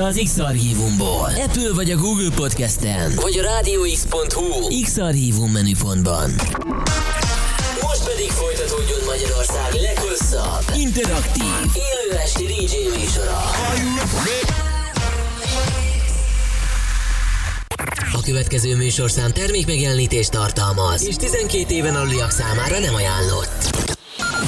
az X-Archívumból. Apple vagy a Google Podcasten, vagy a RadioX.hu X-Archívum menüpontban. Most pedig folytatódjon Magyarország leghosszabb, interaktív, élő esti DJ műsora. A következő műsorszám termékmegjelenítést tartalmaz, és 12 éven aluliak számára nem ajánlott. 3,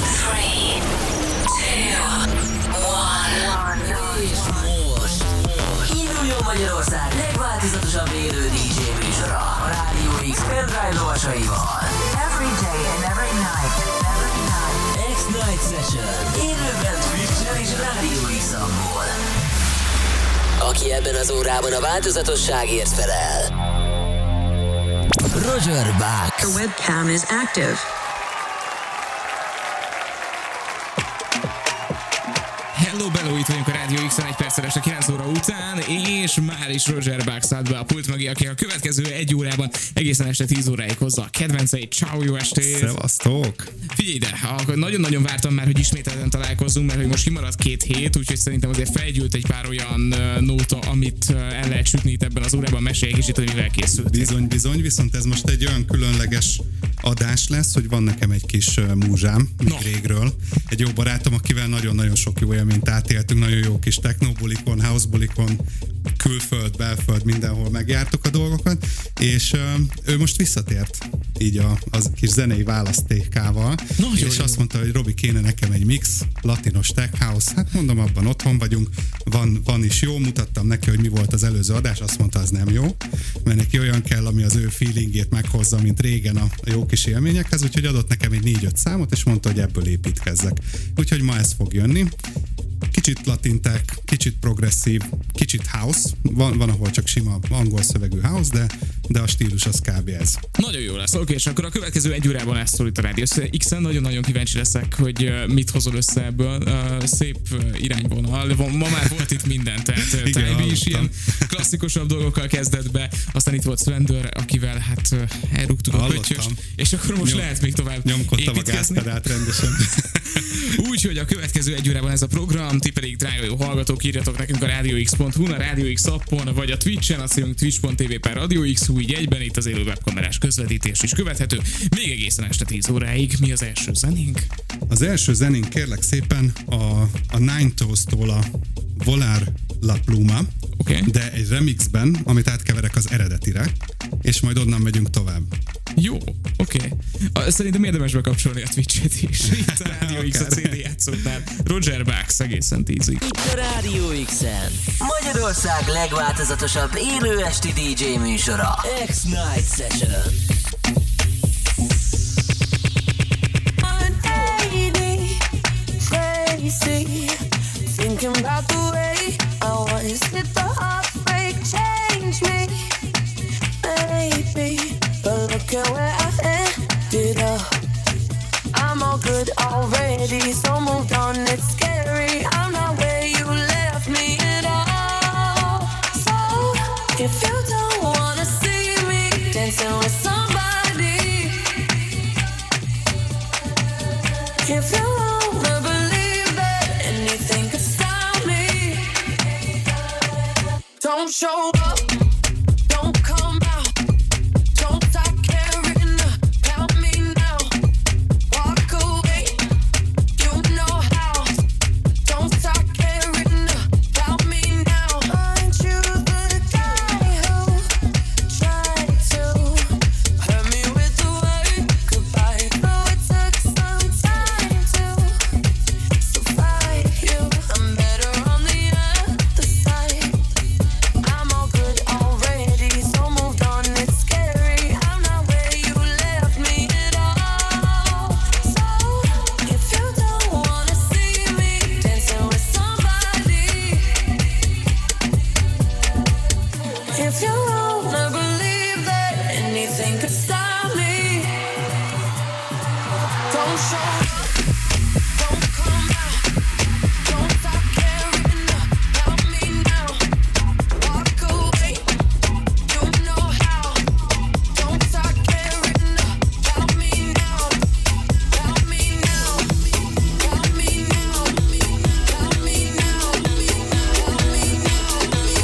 2, 1. És most induljon Magyarország legváltozatosabb élő DJ műsora a Rádió X pendrive lovasaival. Every day and every night. X-Night Session. Élőben Twitch-en és Rádió X-amból. Aki ebben az órában a változatosságért felel. Roger Bucks. The webcam is active. Hello, itt vagyunk a Rádió X-en 1 perccel este 9 óra után, és már is Roger Bucks állt be a pult mögé, aki a következő 1 órában egészen este 10 óráig hozza a kedvenceit. Ciao, jó estét! Szevasztok! Figyelj ide, nagyon-nagyon vártam már, hogy ismételten találkozzunk, mert hogy most kimaradt 2 hét, úgyhogy szerintem azért felgyűlt egy pár olyan nóta, amit el lehet sütni itt ebben az órában. Mesélj egy kicsit, hogy mivel készült. Bizony, viszont ez most egy olyan különleges adás lesz, hogy van nekem egy kis múzsám, régről. Egy jó barátom, akivel nagyon-nagyon sok jó élményt átéltünk, nagyon jó kis technobulikon, housebulikon, külföld, belföld, mindenhol megjártuk a dolgokat, és ő most visszatért így az kis zenei választékával, és azt mondta, hogy Robi, kéne nekem egy mix, latinos tech house. Hát mondom, abban otthon vagyunk, van is jó, mutattam neki, hogy mi volt az előző adás, azt mondta, az nem jó, mert neki olyan kell, ami az ő feelingét meghozza, mint régen a jó kis élményekhez, úgyhogy adott nekem egy 4-5 számot, és mondta, hogy ebből építkezzek. Úgyhogy ma ez fog jönni. Kicsit latin tech, kicsit progresszív, kicsit house, van ahol csak sima angol szövegű house, de a stílus az kb. Ez. Nagyon jó lesz, oké, és akkor a következő 1 órában lesz szól itt a Rádió X-en, nagyon-nagyon kíváncsi leszek, hogy mit hozol össze ebből, szép irányvonal, ma már volt itt minden, tehát Tybe is ilyen klasszikusabb dolgokkal kezdett be, aztán itt volt Slender, akivel hát elrúgtuk a pöttyöst, és akkor most lehet még tovább nyomkodtam a gázpedált rendesen. Úgyhogy a következő 1 órában ez a program, ti pedig drága jó hallgatók, írjatok nekünk a RadioX.hu, a Radio X appon, vagy a Twitch-en, azt mondjuk twitch.tv/RadioX, így egyben itt az élő webkamerás közvetítés is követhető. Még egészen este 10 óráig. Mi az első zenénk? Az első zenénk kérlek szépen a Nine Toes-tól a Volar La Pluma, de egy remixben, amit átkeverek az eredetire, és majd onnan megyünk tovább. Jó, oké. Szerintem érdemes bekapcsolni a Twitch-et is. Itt a Rádió X a CD játszóknál. Roger Bucks egészen 10-ig. Itt a Rádió X-en Magyarország legváltozatosabb élő esti DJ műsora. X-Night Session. Thinking about the way I was, did the heartbreak change me? Maybe, but look at where I ended up. I'm all good already, so moved on, it's scary. I'm not where you left me at all. So, if you don't wanna see me dancing with somebody, if you wanna believe that anything could stop me, don't show up, don't come out, don't stop caring about me now. Walk away, you know how. Don't stop caring about me now. Aren't you the guy who tried to hurt me with the word goodbye? Though it took some time to survive you, I'm better on the other side. I'm all good already, so moved on, it's scary. I'm not where you left me at all. So, if you don't wanna see me dancing with somebody, if you wanna believe that anything could stop me, don't show up, don't come out, don't stop caring about me now. Walk away, you know how. Don't stop caring about me now. About me now. About me now. About me now. About me now.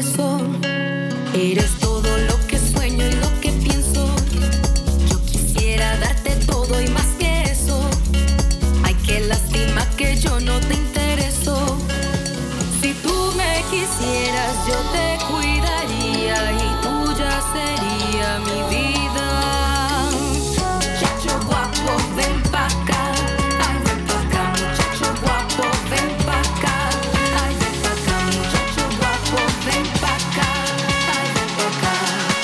beso. Eres todo lo que sueño y lo que pienso. Yo quisiera darte todo y más que eso. Ay, qué lástima que yo no te intereso. Si tú me quisieras, yo te cuidaría y tuya sería mi vida. Muchacho guapo, ven pa' acá. Ay, ven pa' acá, muchacho guapo, ven pa' acá. Ay, ven pa' acá, muchacho guapo, ven pa' acá. Ay, ven pa' acá.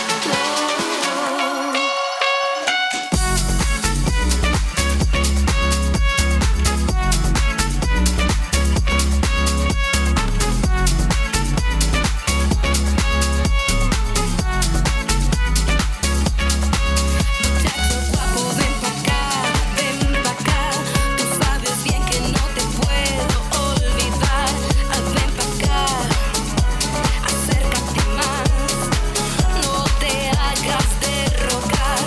Muchacho guapo, ven pa' acá, ven pa' acá. Tú sabes bien que no te puedo olvidar. Ay, ven pa' acá, acércate más. No te hagas de rogar.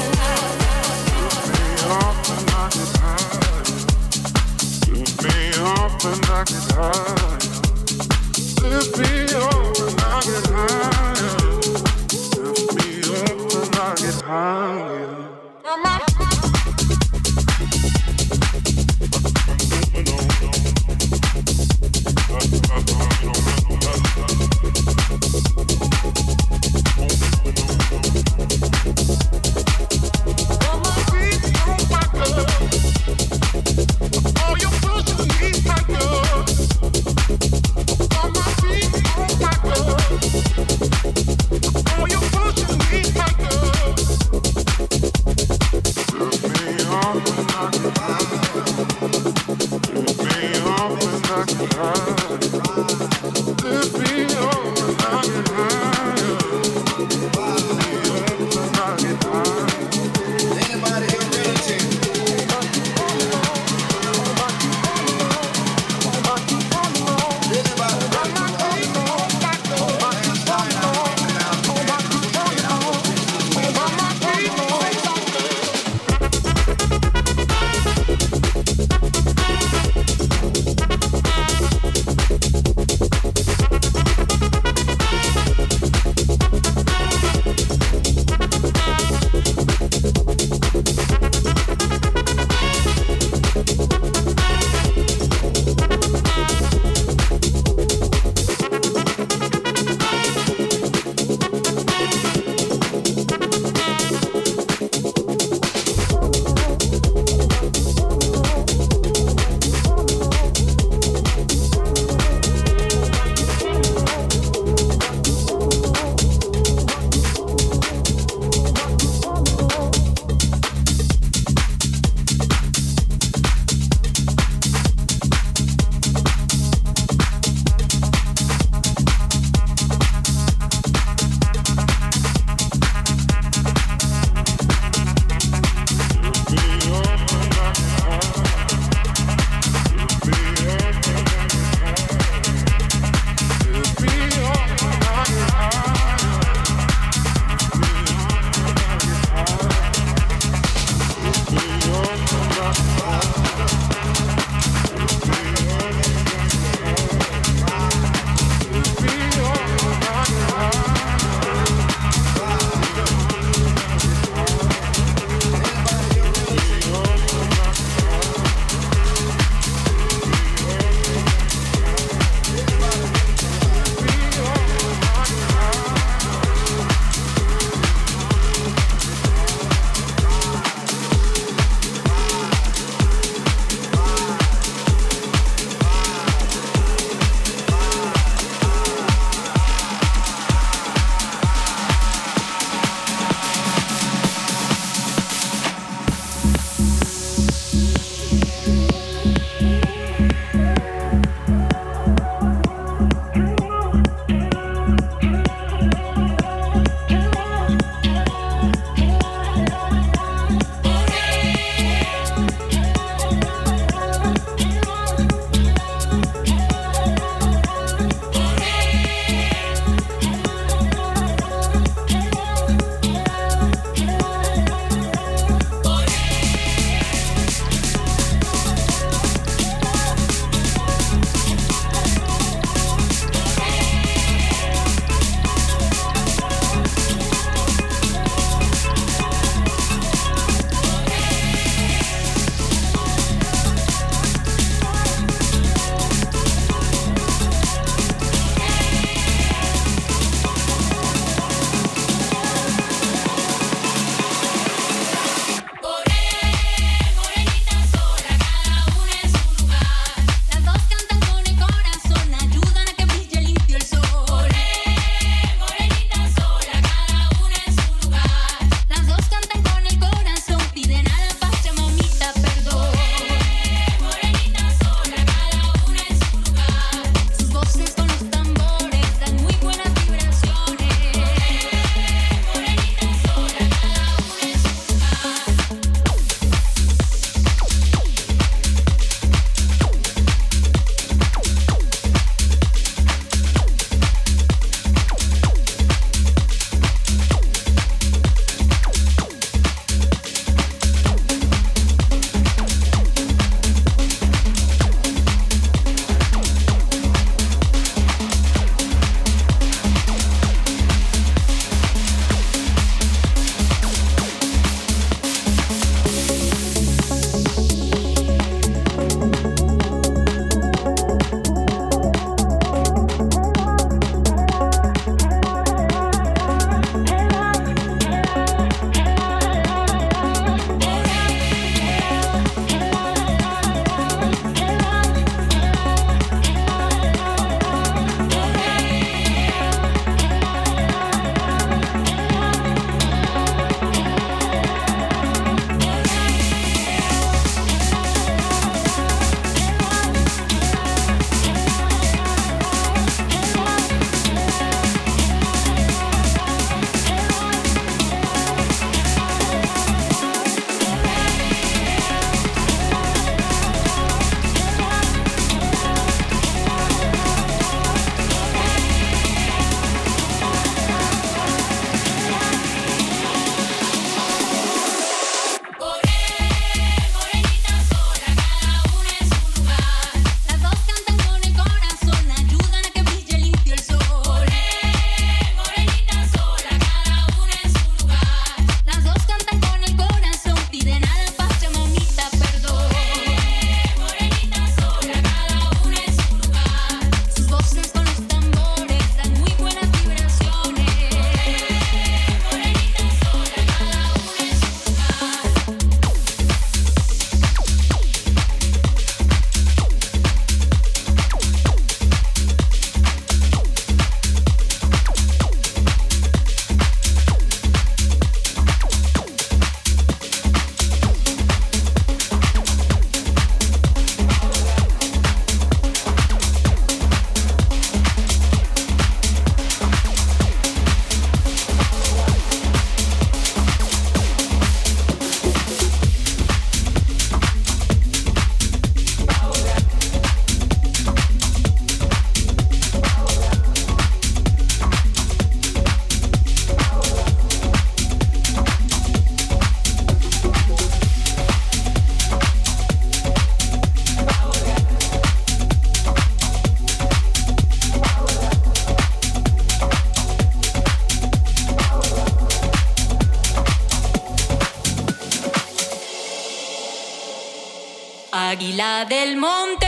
Águila del monte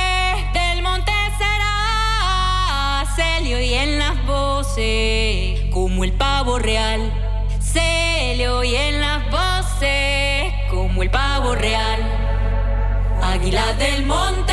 será, se le oyen las voces como el pavo real, se le oyen las voces como el pavo real. Águila del monte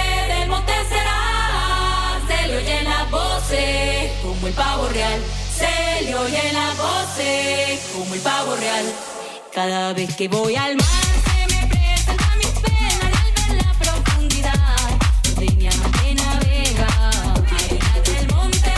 será, se le oyen las voces como el pavo real, se le oyen las voces como el pavo real. Cada vez que voy al mar se me presenta mis penas y al ver la profundidad de mi amante navega. Águila del monte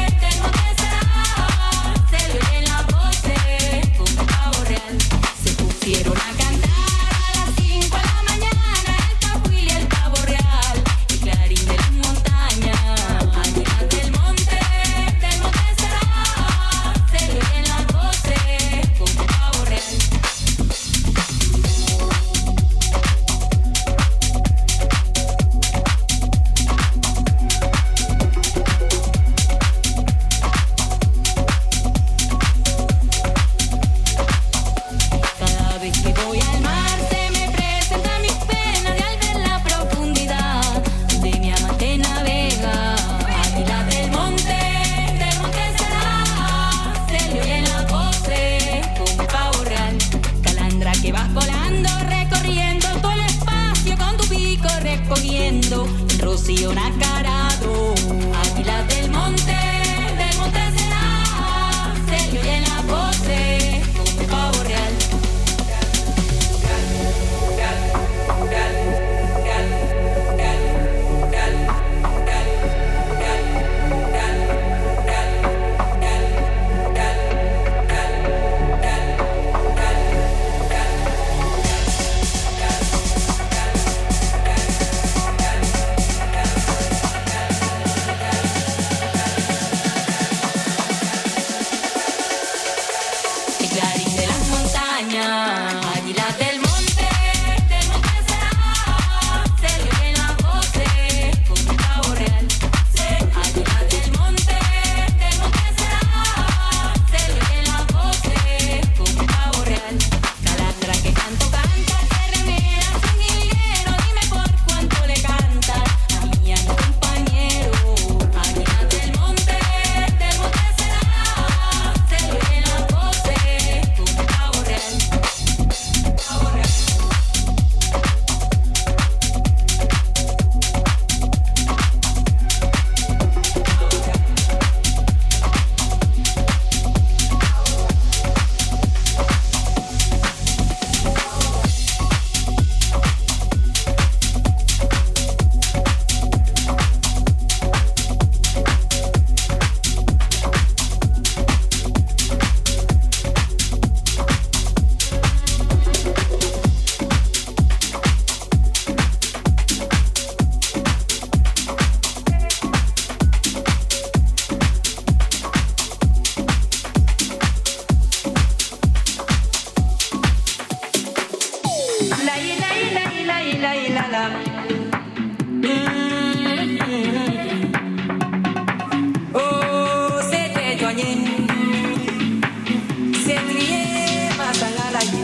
será, se le oyen las voces como el pavo real. Se pusieron a cantar a las 5 de la mañana el papuil y el pavo real, el clarín de las montañas. Águila del monte será, se le oyen las voces como el pavo real. Cada vez que voy al mar se me presentan mis penas y al ver la profundidad de mi amante navega. Águila del monte será, se le oyen las voces como el pavo real. Calandra que vas volando, recorriendo todo el espacio con tu pico recogiendo el rocío nacarado. Águila del monte será, se le oyen las voces como el pavo real. El clarín de las montañas. Águila del monte será, se le oyen las voces como el pavo real. Águila del monte será, se le oyen las voces como el pavo real. Calandra que tanto canta, que remera un higuero, dime por cuánto le cantas a mi compañero. Águila del monte será, se le oyen las voces como el pavo real. Pavo real. La. Oh, c'était joigné. C'est crié, ma salalaye.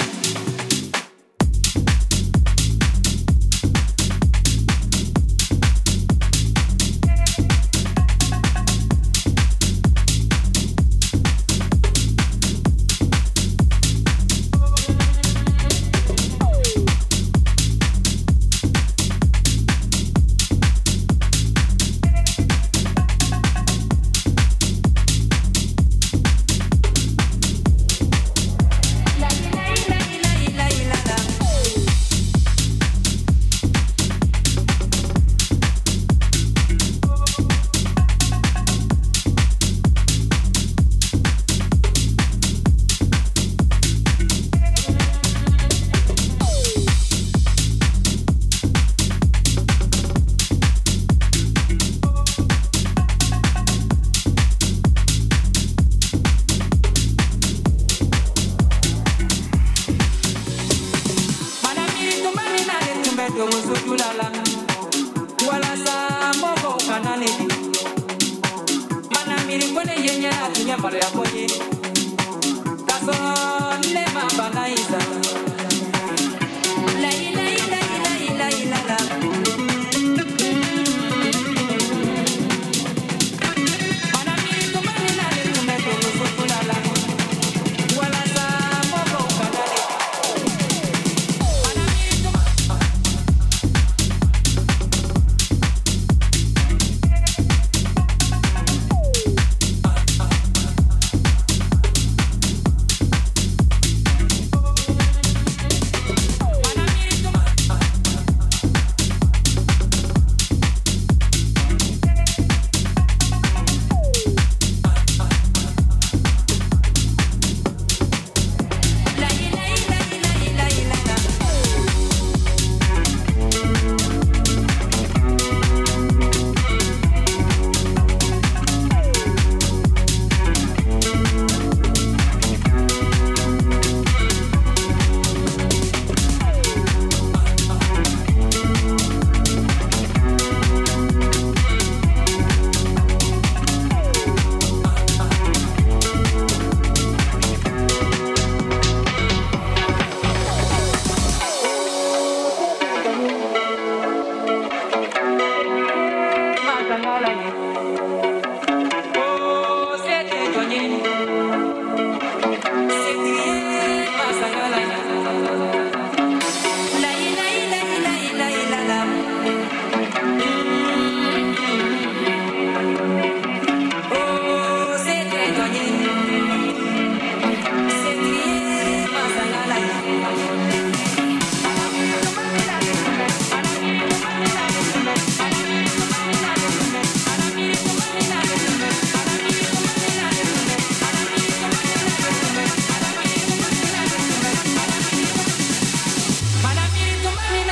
La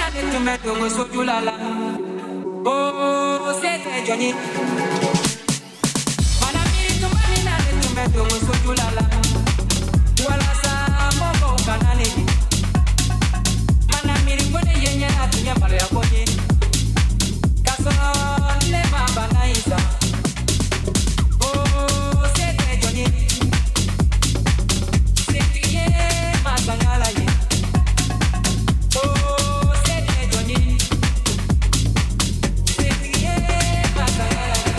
de tu me tomo so julala. Oh, se te Johnny. Mana miri tu manina de tu me tomo so julala. Wala sa mogo kanani. Mana miri kone yenya na tunya pare akonye. Kaso le baba na isa. Oh, se te Johnny. Se te ye masangala ye. Oh, se te Johnny. Se te ye masangala ye.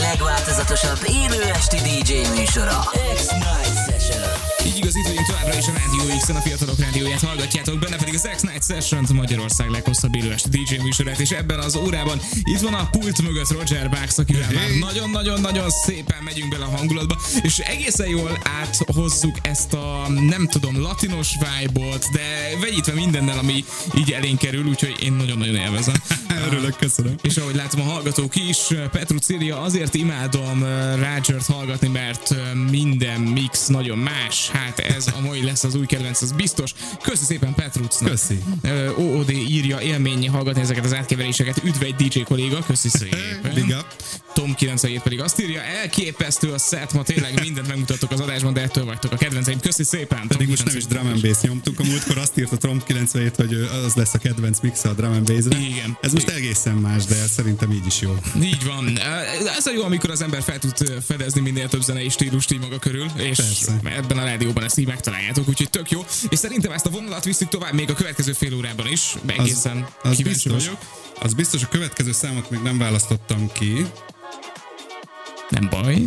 legváltozatosabb élő esti DJ műsora. X-Night Session. Így igaz, itt vagyunk továbbra is a Rádió X-en, a fiatalok rádióját hallgatjátok, benne pedig az X-Night Session-t, Magyarország leghosszabb élő esti DJ műsorát, és ebben az órában itt van a pult mögött Roger Bucks, akivel már nagyon-nagyon-nagyon szépen megyünk bele a hangulatba, és egészen jól áthozzuk ezt a, nem tudom, latinos vibe-ot, de vegyítve mindennel, ami így elénk kerül, úgyhogy én nagyon-nagyon élvezem. Örülök, köszönöm. És ahogy látom a hallgatók is, Petru Cilia, azért imádom Rogert hallgatni, mert minden mix nagyon más. Hát ez a mai lesz az új kedvenc, az biztos. Köszi szépen Petrucnak. Köszi. OOD írja, élmény hallgatni ezeket az átkeveréseket. Üdv egy DJ kolléga, köszi szépen. Big up. Tom 97 pedig azt írja, elképesztő a set, ma tényleg mindent megmutattok az adásban, de ettől vagytok a kedvenceim. Köszi szépen. Pedig most nem is drum and bass nyomtunk, a múltkor azt írta Tom 97, hogy az lesz a kedvenc mixe a drum and bass-re. Igen. Ez most egészen más, de szerintem így is jó. Így van. Ez a jó, amikor az ember fel tud fedezni minél több zenei stílust így maga körül, és persze. Ebben a rádióban ezt így megtaláljátok, úgyhogy tök jó. És szerintem ezt a vonalat visszük tovább még a következő fél órában is. Egészen az kíváncsi biztos, vagyok. az biztos, a következő számot még nem választottam ki. Nem baj.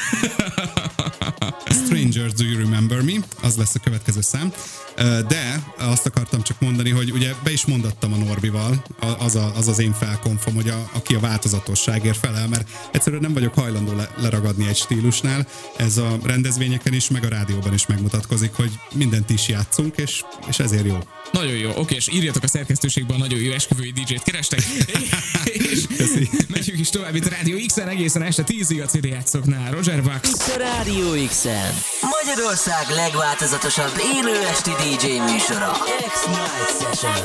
Strangers, Do You Remember Me? Az lesz a következő szám. De azt akartam csak mondani, hogy ugye be is mondattam a Norbival, az az én felkonfom, hogy aki a változatosságért felel, mert egyszerűen nem vagyok hajlandó leragadni egy stílusnál. Ez a rendezvényeken is, meg a rádióban is megmutatkozik, hogy mindent is játszunk, és ezért jó. Nagyon jó, oké, és írjatok a szerkesztőségben, nagyon jó esküvői DJ-t kerestek. És megyünk is tovább itt a Rádió X-en, egészen este 10-ig a CD játszoknál. Roger Bucks. Itt a Rádió X-en Magyarország legváltozatosabb élő esti DJ műsora. X-Night Session.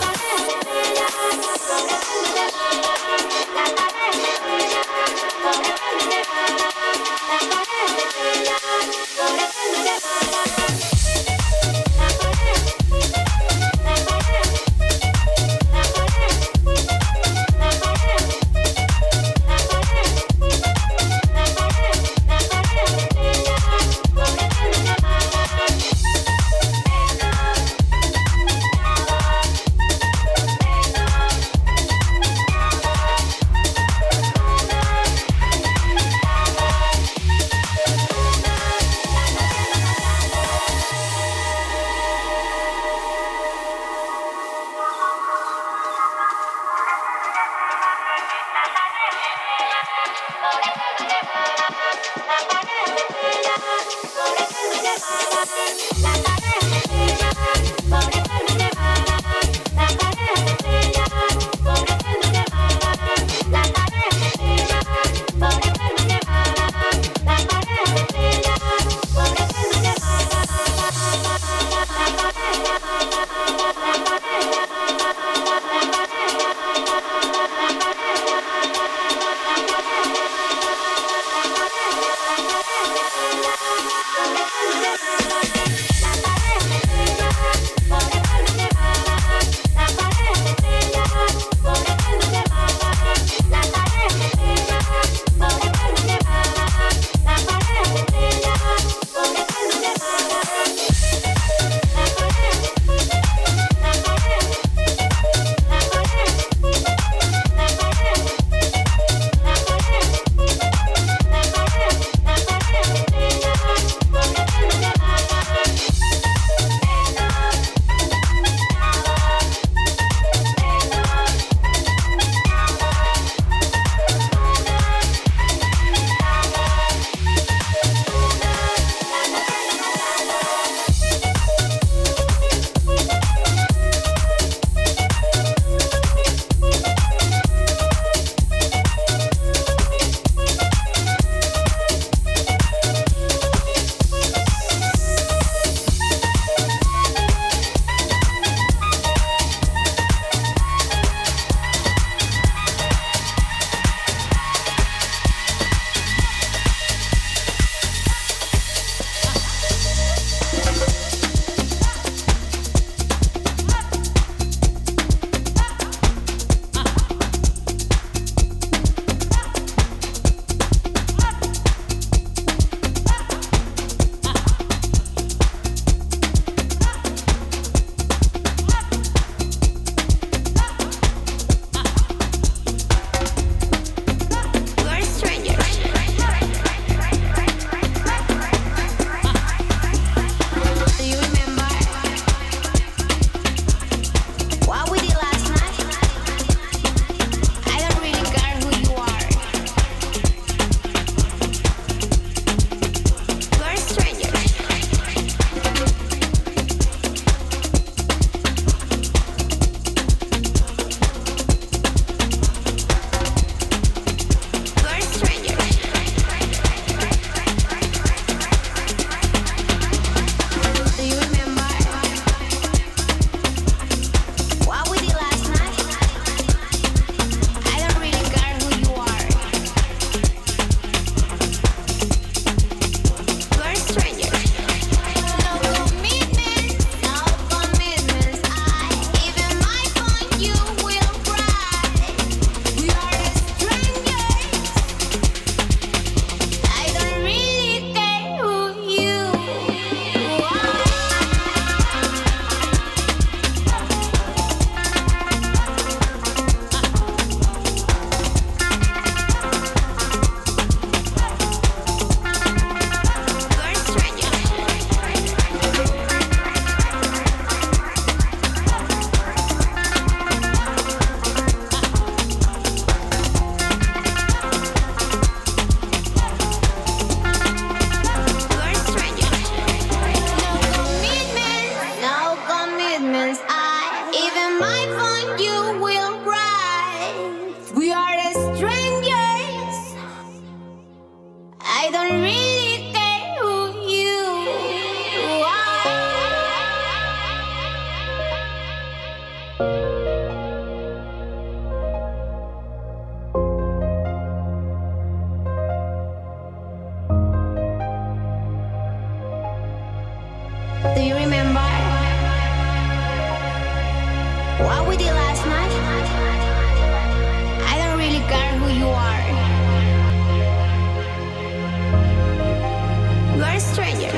I don't really care who you are. Do you remember what we did last night? I don't really care who you are. We are strangers.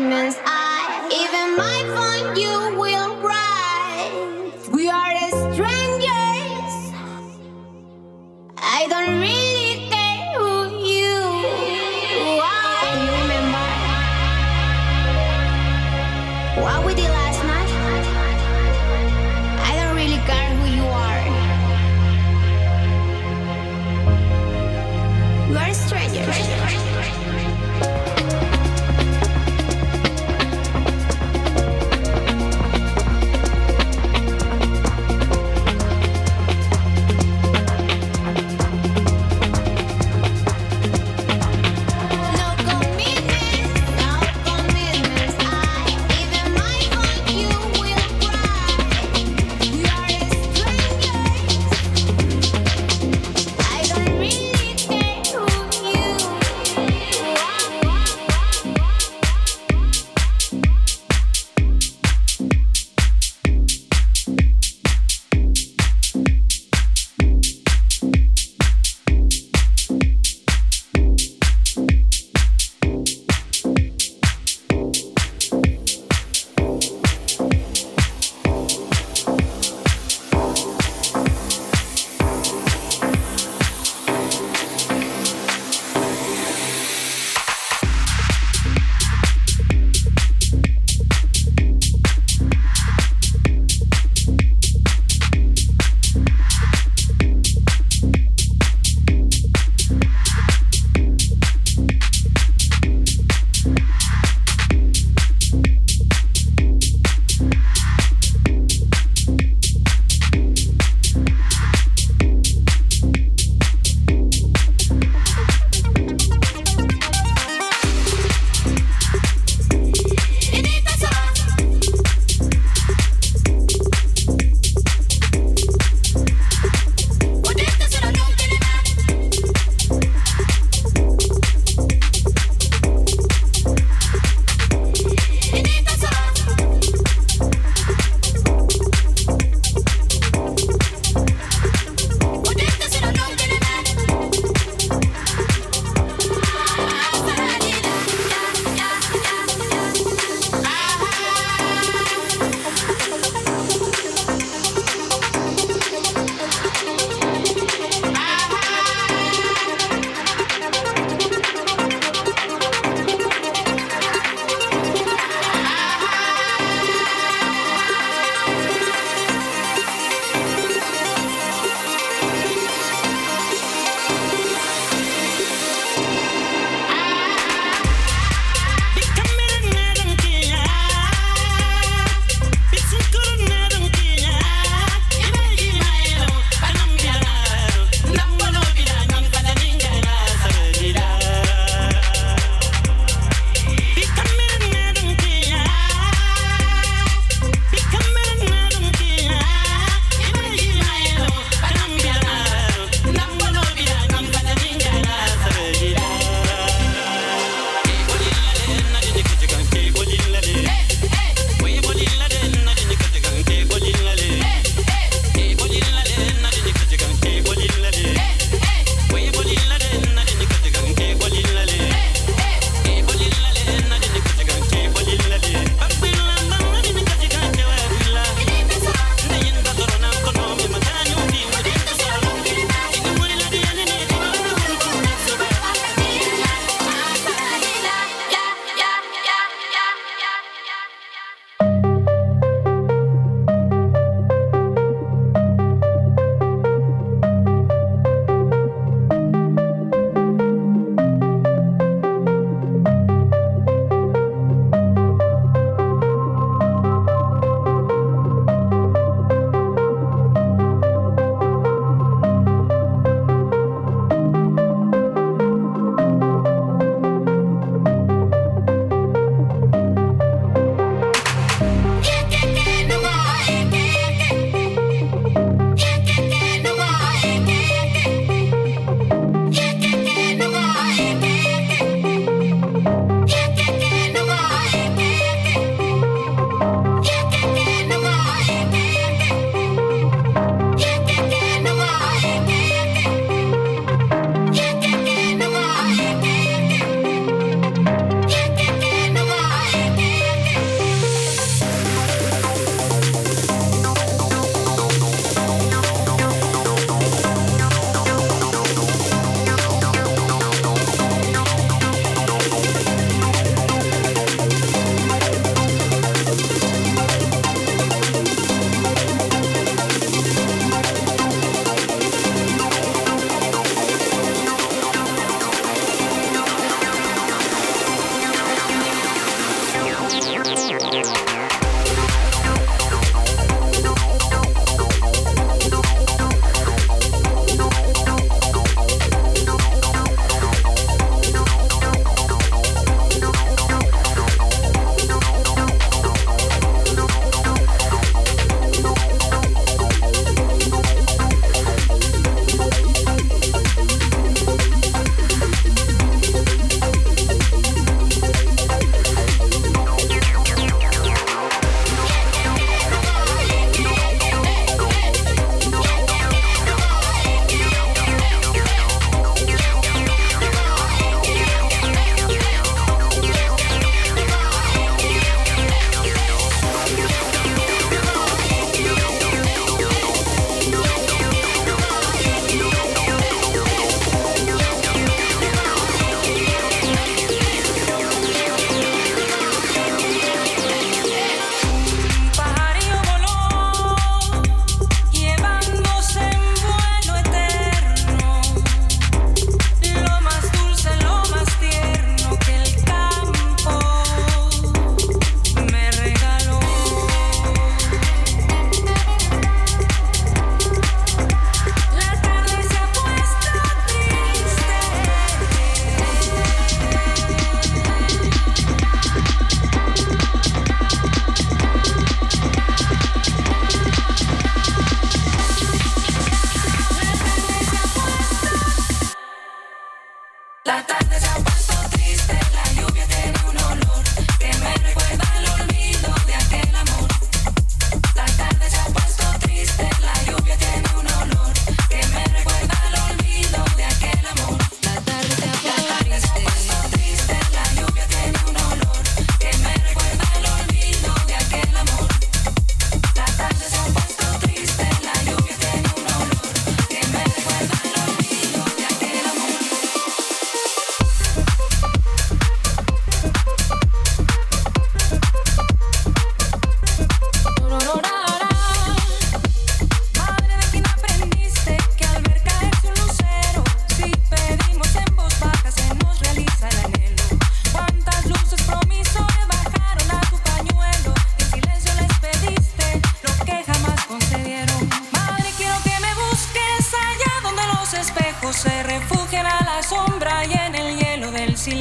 commitments. Even my phone you will write. We are strangers. I don't really care who you are. You remember what we did last night? I don't really care who you are. We are strangers. No commitments, even my phone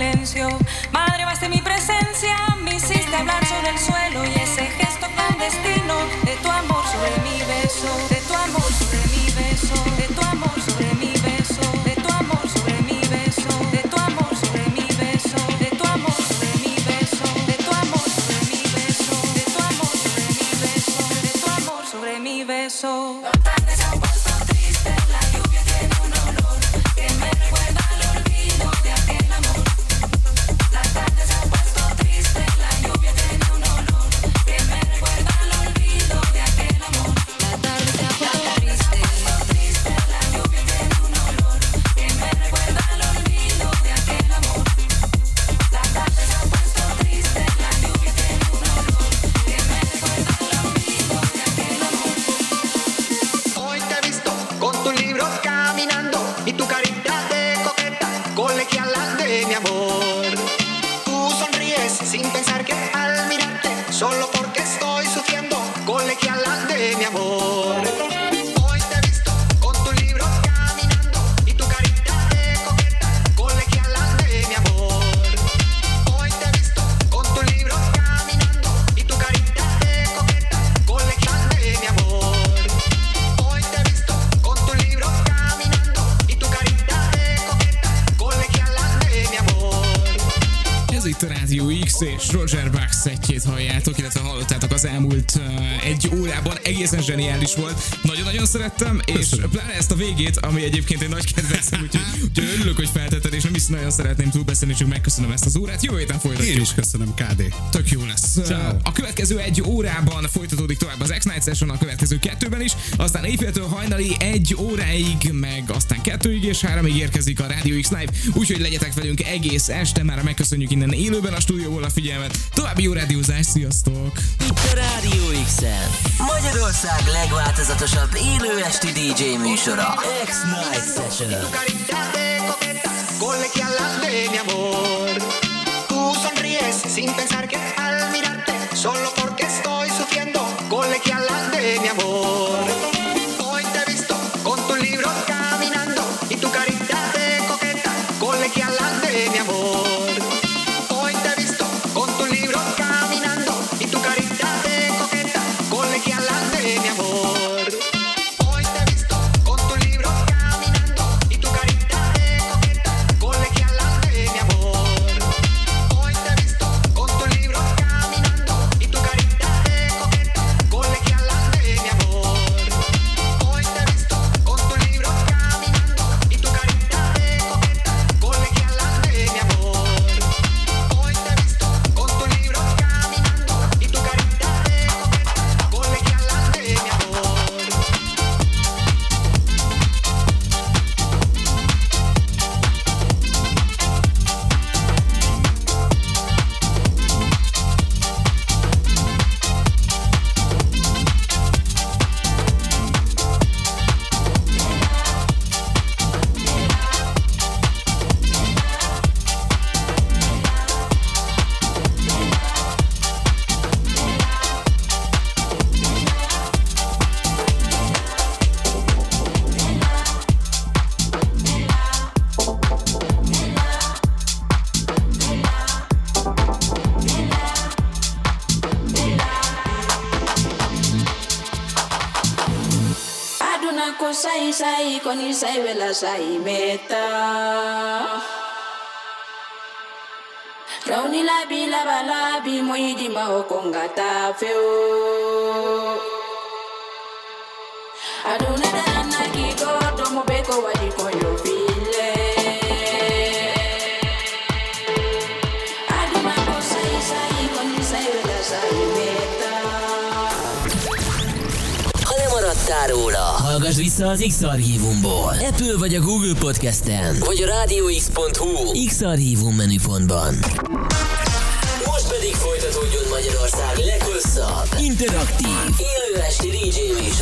silencio. Madre, basta mi presencia, me hiciste hablar sobre el suelo y ese gesto clandestino de tu amor sobre mi beso, de tu amor sobre mi beso, de tu amor sobre mi beso, de tu amor sobre mi beso, de tu amor sobre mi beso, de tu amor sobre mi beso, de tu amor sobre mi beso, de tu amor sobre mi beso, de tu amor sobre mi beso. Los tardes se han puesto tristes, la lluvia tiene un olor que me recuerda al olvido de aquel amor. Las tardes se han puesto tristes, la lluvia tiene un olor que me recuerda al olvido de aquel amor. Las tardes se han puesto tristes, la lluvia tiene un olor que me recuerda al olvido de aquel amor. Las tardes se han puesto tristes, la lluvia tiene un olor que me recuerda al olvido de aquel amor. Hoy te he visto con tus libros caminando y tu carita de coqueta, colegiala de mi amor. Tú sonríes sin pensar que al mirarte, solo porque estoy sufriendo, colegiala de mi amor. Hoy te he visto con tus libros caminando y tu carita de coqueta, colegiala de mi amor. Hoy te he visto con tus libros caminando y tu carita de coqueta, colegiala de mi amor. Hoy te he visto con tus libros caminando y tu carita de coqueta, colegiala de mi amor. Ez itt a Rádió X és Roger Bach szettjét halljátok, illetve hallottátok az elmúlt egy órában. Egészen zseniális volt. Nagyon-nagyon szerettem, és pláne ezt a végét, ami egyébként egy nagy kedvencem, úgyhogy örülök, hogy feltetted, és nem is nagyon szeretném túlbeszélni, csak megköszönöm ezt az órát. Jövő héten folytatjuk. Én is köszönöm, KD. Tök jó lesz. Ciao. A következő egy órában folytatódik tovább az X-Night Session, a következő 2-ben is, aztán éjféltől hajnali 1 óráig, meg aztán 2-ig és 3-ig érkezik a Rádió X Live, úgyhogy legyetek velünk egész este, már megköszönjük innen élőben a stúdióból a figyelmet. További jó rádiózást, sziasztok! Itt a Rádió X-en Magyarország legváltozatosabb élő esti DJ műsora, X-Night Session. Tu carita de coqueta, colegiala de mi amor. Tú sonríes sin pensar que al mirarte, solo porque estoy sufriendo, colegiala de mi amor. Hoy te he visto con tus libros caminando y tu carita de coqueta, colegiala de mi amor. Hoy te he visto con tus libros caminando y tu carita de coqueta, colegiala de mi amor. Hoy te he visto con tus libros caminando y tu carita de coqueta, colegiala de mi amor. Hoy te he visto con tus libros caminando y tu carita de coqueta, colegiala de mi amor. Hoy te he visto con tus libros caminando y tu carita de coqueta, colegiala de mi amor. Hoy te he visto con tus libros caminando y tu carita de coqueta, colegiala de mi amor. Aduna ko sai koni sai vela sai meta. Rauni la balabi moidi ma okongata feo. Aduna dana ki go tomo beko wadi koyo file. Aduna ko sai koni sai vela sai meta. Ha lemaradtál róla, hallgass vissza az X-Archívumból. Apple vagy a Google Podcasten, vagy a radiox.hu X-Archívum menüpontban. Most pedig folytatódjon Magyarország leghosszabb, interaktív, élő esti DJ műsora.